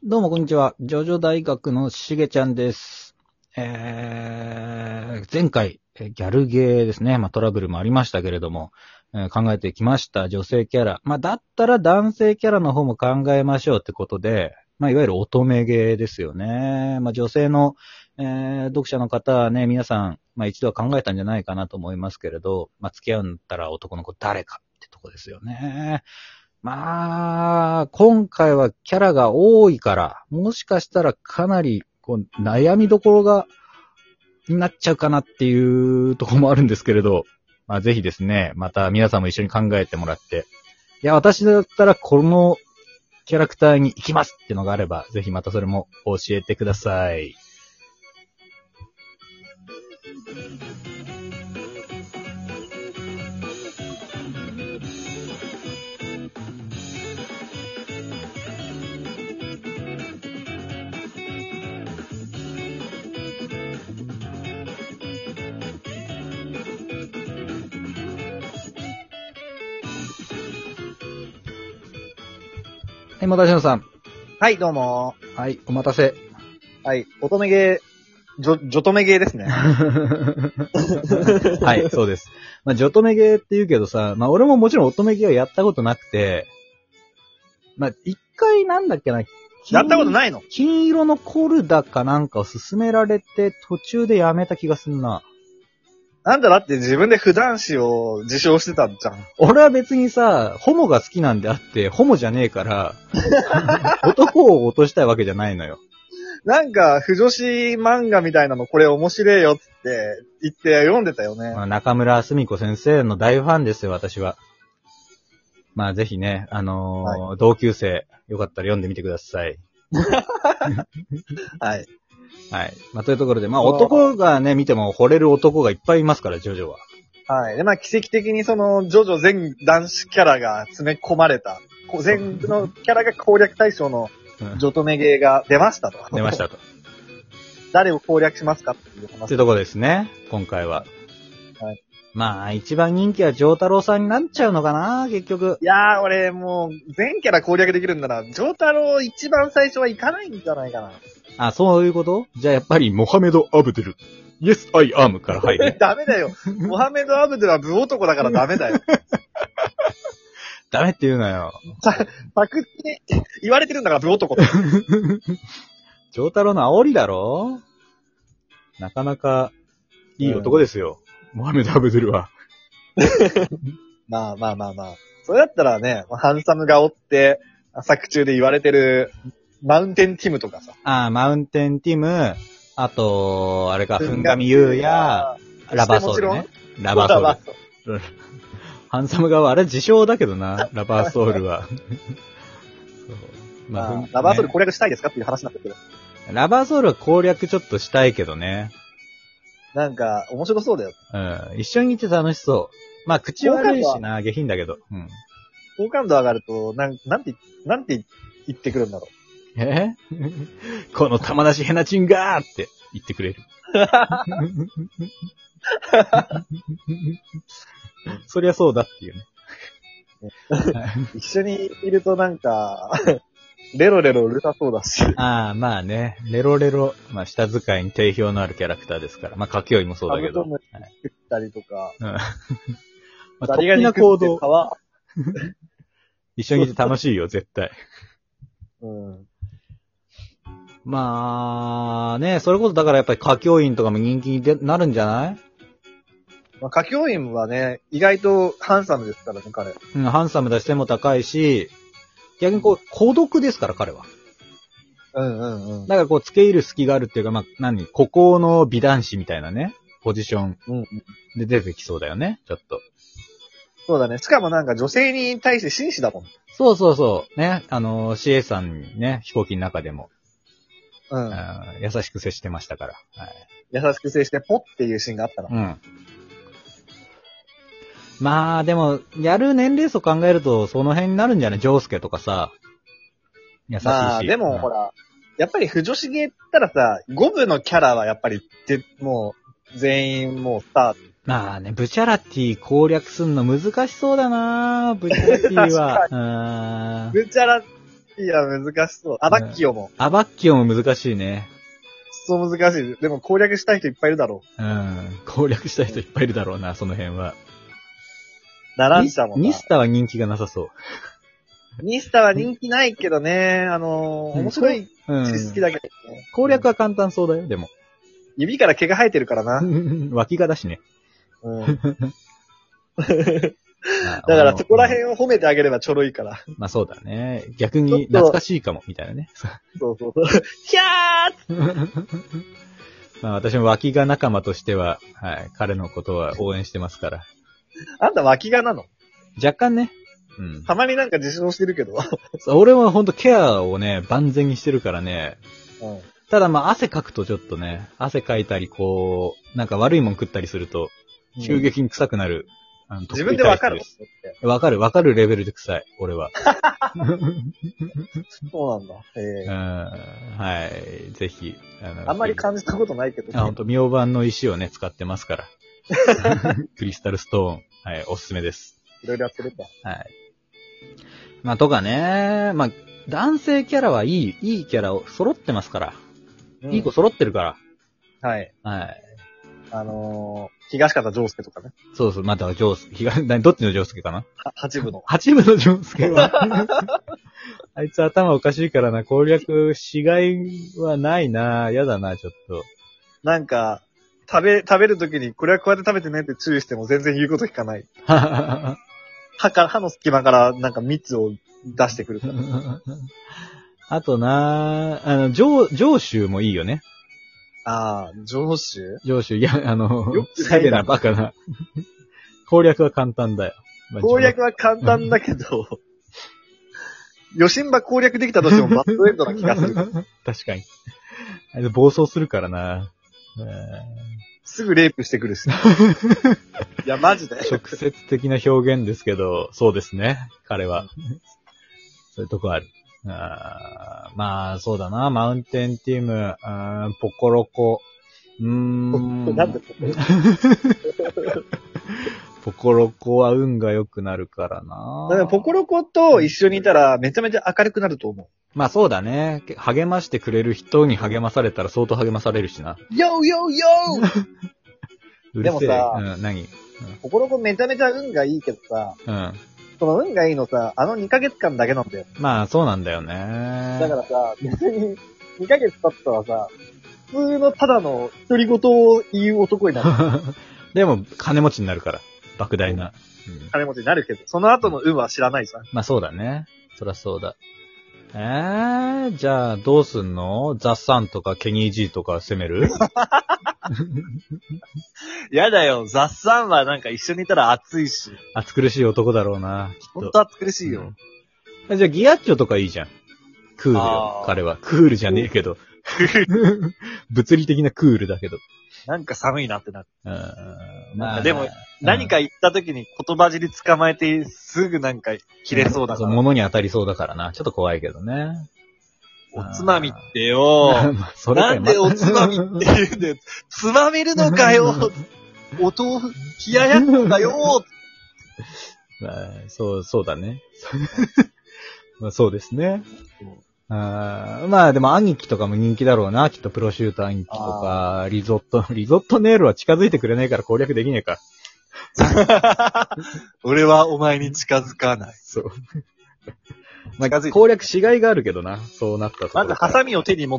どうもこんにちは。ジョジョ大学のしげちゃんです。前回、ギャルゲーですね。トラブルもありましたけれども、考えてきました。女性キャラ。だったら男性キャラの方も考えましょうってことで、いわゆる乙女ゲーですよね。女性の、読者の方はね、皆さん、一度は考えたんじゃないかなと思いますけれど、付き合うんだったら男の子誰かってとこですよね。今回はキャラが多いから、もしかしたらかなり悩みどころが、になっちゃうかなっていうところもあるんですけれど、ぜひですね、また皆さんも一緒に考えてもらって、いや、私だったらこのキャラクターに行きますってのがあれば、ぜひまたそれも教えてください。はい、もたしのさん。 はい、どうも。 はい、お待たせ。 はい、乙女ゲー、女乙女ゲーですね。 はい、そうです。女乙女ゲーって言うけどさ、俺ももちろん乙女ゲーはやったことなくて、一回なんだっけな、 やったことないの？ 金色のコルダかなんかを勧められて途中でやめた気がすんな。 だって自分で普段子を自称してたんじゃん。 俺は別にさ、ホモが好きなんであって、ホモじゃねえから、男を落としたいわけじゃないのよ。 なんか、不女子漫画みたいなのこれ面白いよって言って読んでたよね。 中村すみ子先生の大ファンですよ、私は。ぜひね、はい、同級生、よかったら読んでみてください。 はい。 はい。というところで、男がね、見ても惚れる男がいっぱいいますから、ジョジョは。 はい。で、奇跡的にその、ジョジョ全男子キャラが詰め込まれた、全部のキャラが攻略対象の女乙女ゲーが出ましたと。 出ましたと。 誰を攻略しますかっていう話。 ってとこですね、今回は。はい。一番人気はジョータロウさんになっちゃうのかな、結局。 いやー、俺もう、全キャラ攻略できるんなら、ジョータロウ一番最初はいかないんじゃないかな。 そういうこと？じゃあやっぱりモハメド・アブデル。Yes, I am から入る。 ダメだよ。モハメド・アブデルは武男だからダメだよ。 ダメって言うなよ。 パクって言われてるんだから武男って。 ジョータロウの煽りだろ？なかなかいい男ですよ。モハメド・アブデルは。 まあ。それだったらね、ハンサムがおって、作中で言われてる、マウンテンティムとかさ。 マウンテンティム、あと、あれか、フンガミユーや、ラバーソウルね。ラバーソウル。ハンサム側、あれ自称だけどな、ラバーソウルは。 ラバーソウル攻略したいですかっていう話なんだけど。 ラバーソウルは攻略ちょっとしたいけどね。 なんか、面白そうだよ。 一緒にいて楽しそう。口悪いしな、下品だけど。 好感度上がると、なんて言ってくるんだろう。 この玉出しヘナチンがーって言ってくれる。そりゃそうだっていうね。 一緒にいるとなんか、レロレロうるさそうだし。 ね。レロレロ。下使いに定評のあるキャラクターですから。掛け負いもそうだけど。 作ったりとか。 突飛な行動。一緒にいて楽しいよ、絶対。それこそだからやっぱり歌教員とかも人気になるんじゃない？ 歌教員はね、意外とハンサムですからね、彼。 ハンサムだし背も高いし、逆に孤独ですから、彼は。だから付け入る隙があるっていうか、孤高の美男子みたいなね、ポジションで出てきそうだよね、ちょっと。 そうだね。しかもなんか女性に対して紳士だもん。 そう。ね、CA さんにね、飛行機の中でも。優しく接してましたから。はい、 優しく接してポッっていうシーンがあったの。 でも、やる年齢層考えると、その辺になるんじゃない？ジョースケとかさ。優しいし。 でも、ほら、やっぱり不女子ゲーったらさ、5部のキャラはやっぱり、もう、全員もうスター。 ブチャラティ攻略すんの難しそうだなブチャラティは。 ブチャラいや、難しそう。アバッキオも。 アバッキオも難しいね。 そう難しい。でも攻略したい人いっぱいいるだろうん。攻略した人いっぱいいるだろうな、その辺は。 う。ナランチャもな。 ミスターは人気がなさそう。 ミスターは人気ないけどね、面白いしうん。 好きだけどね。 攻略は簡単そうだよ、でも。 指から毛が生えてるからな。 脇がだしね。 うん。だからそこら辺を褒めてあげればちょろいから。 まあそうだね。逆に懐かしいかも、みたいなね。 そうそうそう。キャーまあ私も脇が仲間としては、はい、彼のことは応援してますから。 あんた脇がなの？ 若干ね。うん。 たまになんか自称してるけど。 俺はほんとケアをね、万全にしてるからね。 うん。 ただまあ汗かくとちょっとね、汗かいたりこう、なんか悪いもん食ったりすると、急激に臭くなる。 自分でわかる？ わかるレベルで臭い、俺は。 そうなんだ。 はい、ぜひ。 あんまり感じたことないけど、ね。 ほんと、明晩の石をね、使ってますから。クリスタルストーン、はい、おすすめです。 いろいろやってるんだ。 はい。まあ、とかね、まあ、男性キャラはいいキャラを揃ってますから。いい子揃ってるから。 はい。 はい。 東方丈介とかね。 そうそう、また、どっちの丈介かな？ 八部の。 八部の丈介は。あいつ頭おかしいからな、攻略しがいはないな、やだな、ちょっと。 なんか、食べるときに、これはこうやって食べてねって注意しても全然言うこと聞かない。歯の隙間からなんか蜜を出してくるから。 あとな、上州もいいよね。 ああ、上州？ 上州、いや、失礼なバカな。攻略は簡単だよ。 攻略は簡単だけど、余震場攻略できたとしてもバッドエンドな気がする。 確かに。あれ暴走するからな。 すぐレイプしてくるし。いや、マジで。 直接的な表現ですけど、そうですね、彼は。そういうとこある。まあ、そうだな、マウンテンティーム、ポコロコ。 なんでポコロコは運が良くなるからな。 だからポコロコと一緒にいたらめちゃめちゃ明るくなると思う。 まあそうだね。励ましてくれる人に励まされたら相当励まされるしな。 ヨーヨーヨーでもさ、 何？ ポコロコめちゃめちゃ運がいいけどさ、その運がいいのさ、2ヶ月間だけなんだよ。 まあそうなんだよね。 だからさ、別に2ヶ月経ったらさ、普通のただの独り言を言う男になる。 でも金持ちになるから。莫大な。 金持ちになるけど、その後の運は知らないじゃん。 まあそうだね。そらそうだ。じゃあどうすんの？ザ・サンとかケニー・ジーとか攻める？ やだよ、ザ・サンはなんか一緒にいたら熱いし。 暑苦しい男だろうな、きっと。 ほんと暑苦しいよ。 じゃあギアッチョとかいいじゃん。クールよ、彼は。クールじゃねえけど。物理的なクールだけど。 なんか寒いなってなって。 まあ、 でも、何か言った時に言葉尻捕まえて、すぐなんか切れそうだから。 物に当たりそうだからな。ちょっと怖いけどね。 おつまみってよ。なんでおつまみって言うんだよ。つまめるのかよ。お豆腐、冷ややっこだよ。 そうだね。まあそうですね。まあでも兄貴とかも人気だろうな。きっとプロシューター兄貴とか、リゾットネールは近づいてくれないから攻略できねえか。 俺はお前に近づかない。 そう。まあ攻略しがいがあるけどな。そうなったところ。 まずハサミを手に持って、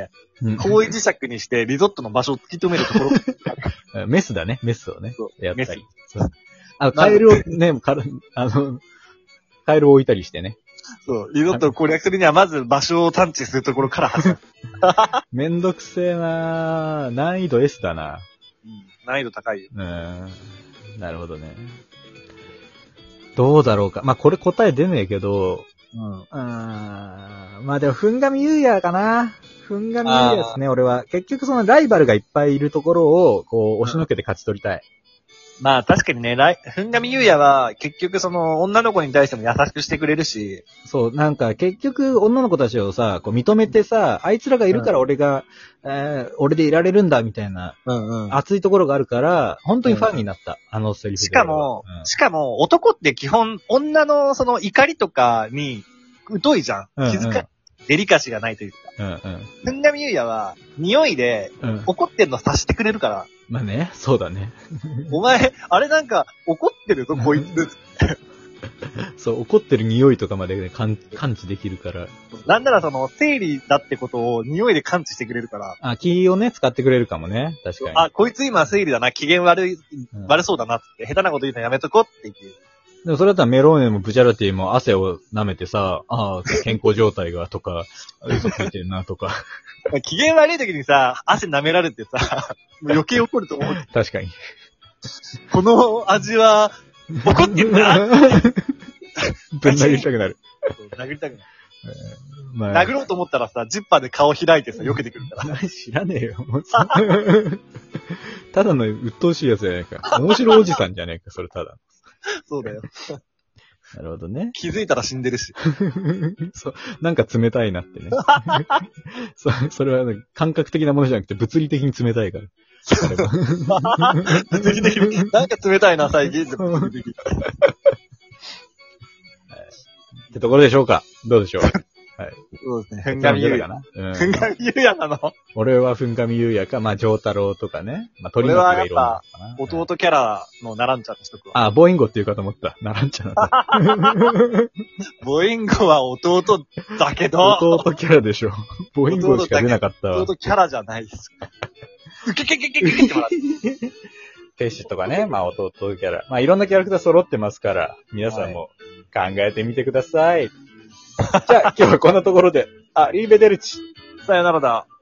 方位磁石にしてリゾットの場所を突き止めるところ。メスだね。メスをね。やったり。 カエルをね、カエルを置いたりしてね。 そう、リゾットを攻略するにはまず場所を探知するところから始まる。 めんどくせえな。難易度 S だな。 難易度高いよ。 なるほどね。どうだろうか。まあ、これ答え出ねえけど、まあでも、ふんがみゆうやかな。ふんがみゆうやですね、俺は。結局そのライバルがいっぱいいるところを、こう、押しのけて勝ち取りたい。 まあ確かにね、ふんがみゆうやは結局その女の子に対しても優しくしてくれるし。 そう、なんか結局女の子たちをさ、こう認めてさ、あいつらがいるから俺でいられるんだみたいな、熱いところがあるから、本当にファンになった、あのセリフで。 しかも男って基本女のその怒りとかに疎いじゃん。 うんうん気遣い、デリカシーがないというか。 うんうん。 ふんがみゆうやは、匂いで、 うん。 怒ってんの察してくれるから、 まあね、そうだね。 お前、あれなんか、怒ってるぞ、こいつ。 そう、怒ってる匂いとかまで、ね、感知できるから。 なんなら生理だってことを匂いで感知してくれるから、 あ、気をね、使ってくれるかもね。確かに。 あ、こいつ今生理だな、機嫌悪い、 うん悪そうだなって、下手なこと言うのやめとこって言って。 でもそれだったらメローネもブチャラティも汗を舐めてさ、ああ、健康状態がとか、嘘ついてるなとか。 機嫌悪い時にさ、汗舐められてさ、もう余計怒ると思う。 確かに。 この味は、怒ってんなぶん殴りたくなる。 殴りたくない。 ま殴ろうと思ったらさ、ジッパーで顔開いてさ、避けてくるから。 知らねえよ。ただの鬱陶しいやつじゃないか。面白おじさんじゃねえか、それただ。 そうだよ。 なるほどね。 気づいたら死んでるし。 そう、なんか冷たいなってね。それは、ね、感覚的なものじゃなくて物理的に冷たいから。 物理的に。なんか冷たいな、最近。物理的にってところでしょうか。どうでしょう。はい。 そうですね。ふんがみゆうや。 な。 ふんがみゆうやなの。 俺はふんがみゆうやか、まあ、ジョータロウとかね。まあ、鳥のがいろんなのかな。 弟キャラのナランチャにしとくわ。 あ、ボインゴっていうかと思った。ナランチャなんだ。 ボインゴは弟だけど、 弟キャラでしょ。ボインゴしか出なかったわ。 弟キャラじゃないです。ウケケケケケケってもらって。 テッシュとかね、まあ弟キャラ。まあいろんなキャラクター揃ってますから、皆さんも考えてみてください。じゃあ今日はこんなところで、あ、リーベデルチ。 さよならだ。